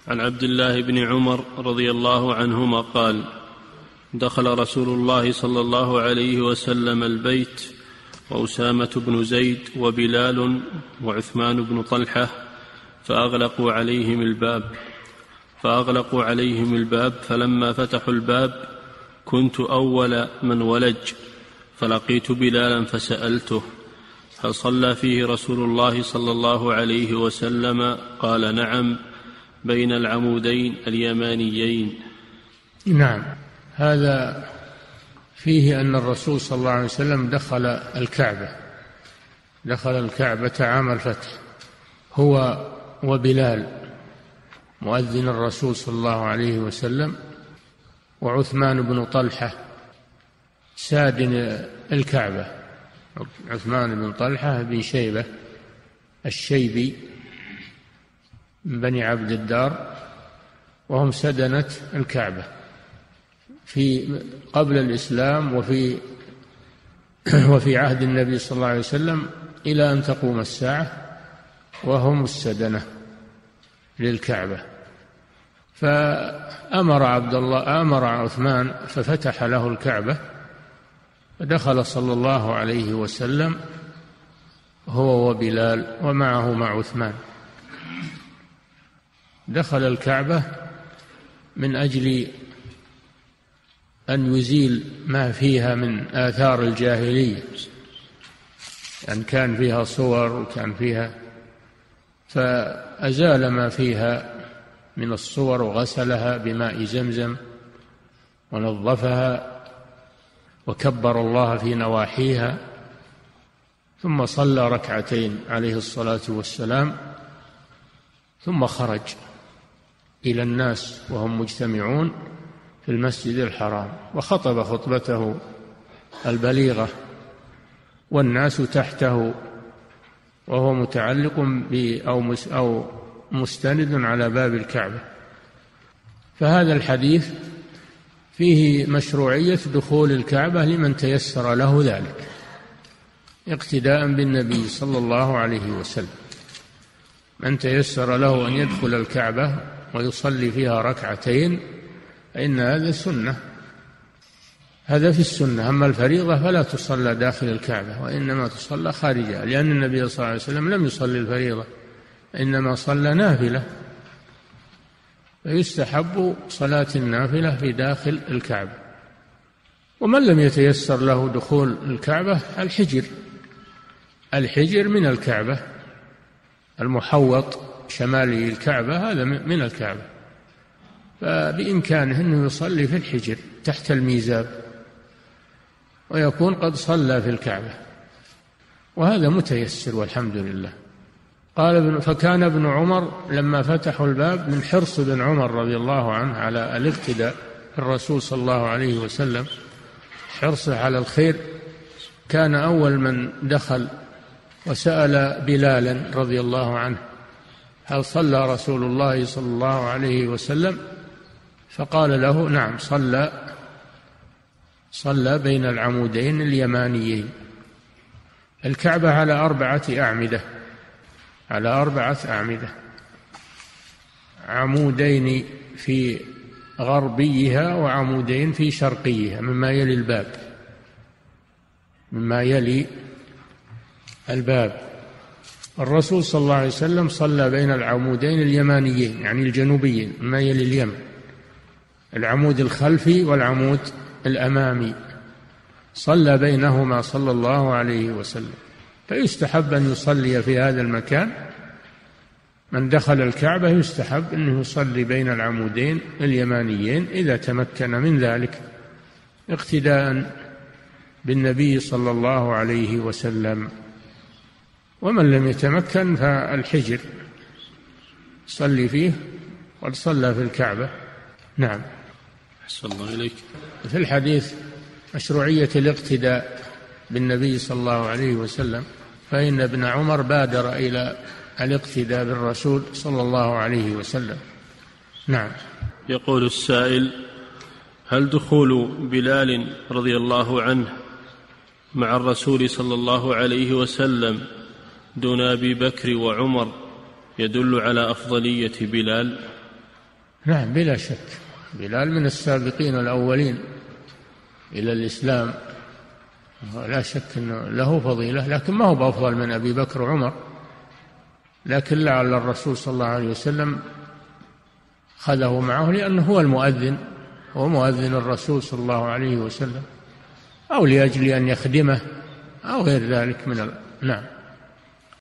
عن عبد الله بن عمر رضي الله عنهما قال: دخل رسول الله صلى الله عليه وسلم البيت وأسامة بن زيد وبلال وعثمان بن طلحة فأغلقوا عليهم الباب فلما فتحوا الباب كنت أول من ولج، فلقيت بلالا فسألته: هل صلى فيه رسول الله صلى الله عليه وسلم؟ قال: نعم، بين العمودين اليمانيين. نعم، هذا فيه أن الرسول صلى الله عليه وسلم دخل الكعبة عام الفتح، هو وبلال مؤذن الرسول صلى الله عليه وسلم، وعثمان بن طلحة سادن الكعبة، عثمان بن طلحة بن شيبة الشيبي من بني عبد الدار، وهم سدنة الكعبة في قبل الإسلام وفي عهد النبي صلى الله عليه وسلم إلى أن تقوم الساعة، وهم السدنة للكعبة. فأمر عثمان ففتح له الكعبة، فدخل صلى الله عليه وسلم هو وبلال ومعه عثمان، دخل الكعبة من أجل أن يزيل ما فيها من آثار الجاهلية، أن كان فيها صور وكان فيها، فأزال ما فيها من الصور وغسلها بماء زمزم ونظفها وكبر الله في نواحيها، ثم صلى ركعتين عليه الصلاة والسلام، ثم خرج إلى الناس وهم مجتمعون في المسجد الحرام، وخطب خطبته البليغة والناس تحته، وهو متعلق أو مستند على باب الكعبة. فهذا الحديث فيه مشروعية دخول الكعبة لمن تيسر له ذلك، اقتداء بالنبي صلى الله عليه وسلم. من تيسر له أن يدخل الكعبة ويصلي فيها ركعتين فإن هذا سنة، هذا في السنة. أما الفريضة فلا تصلى داخل الكعبة، وإنما تصلى خارجها، لأن النبي صلى الله عليه وسلم لم يصلي الفريضة، إنما صلى نافلة، فيستحب صلاة النافلة في داخل الكعبة. ومن لم يتيسر له دخول الكعبة، الحجر من الكعبة، المحوط شمالي الكعبة هذا من الكعبة، فبإمكانه أنه يصلي في الحجر تحت الميزاب ويكون قد صلى في الكعبة، وهذا متيسر والحمد لله. قال: فكان ابن عمر لما فتحوا الباب، من حرص ابن عمر رضي الله عنه على الاقتداء بالرسول صلى الله عليه وسلم، حرصه على الخير، كان أول من دخل وسأل بلالا رضي الله عنه: هل صلى رسول الله صلى الله عليه وسلم؟ فقال له: نعم، صلى بين العمودين اليمانيين. الكعبة على 4 أعمدة، عمودين في غربيها وعمودين في شرقيها، مما يلي الباب. الرسول صلى الله عليه وسلم صلى بين العمودين اليمانيين، يعني الجنوبيين، مما يلي اليمن، العمود الخلفي والعمود الأمامي، صلى بينهما صلى الله عليه وسلم. فيستحب أن يصلي في هذا المكان، من دخل الكعبة يستحب أنه يصلي بين العمودين اليمانيين إذا تمكن من ذلك، اقتداء بالنبي صلى الله عليه وسلم. ومن لم يتمكن فالحجر صلي فيه، قد صلى في الكعبة. نعم. أحسن الله إليك. في الحديث مشروعية الاقتداء بالنبي صلى الله عليه وسلم، فإن ابن عمر بادر إلى الاقتداء بالرسول صلى الله عليه وسلم. نعم. يقول السائل: هل دخول بلال رضي الله عنه مع الرسول صلى الله عليه وسلم دون أبي بكر وعمر يدل على أفضلية بلال؟ نعم بلا شك، بلال من السابقين الأولين إلى الإسلام، لا شك أنه له فضيلة، لكن ما هو بأفضل من أبي بكر وعمر، لكن لعل الرسول صلى الله عليه وسلم خذه معه لأنه هو المؤذن، هو مؤذن الرسول صلى الله عليه وسلم، أو لأجل أن يخدمه أو غير ذلك نعم.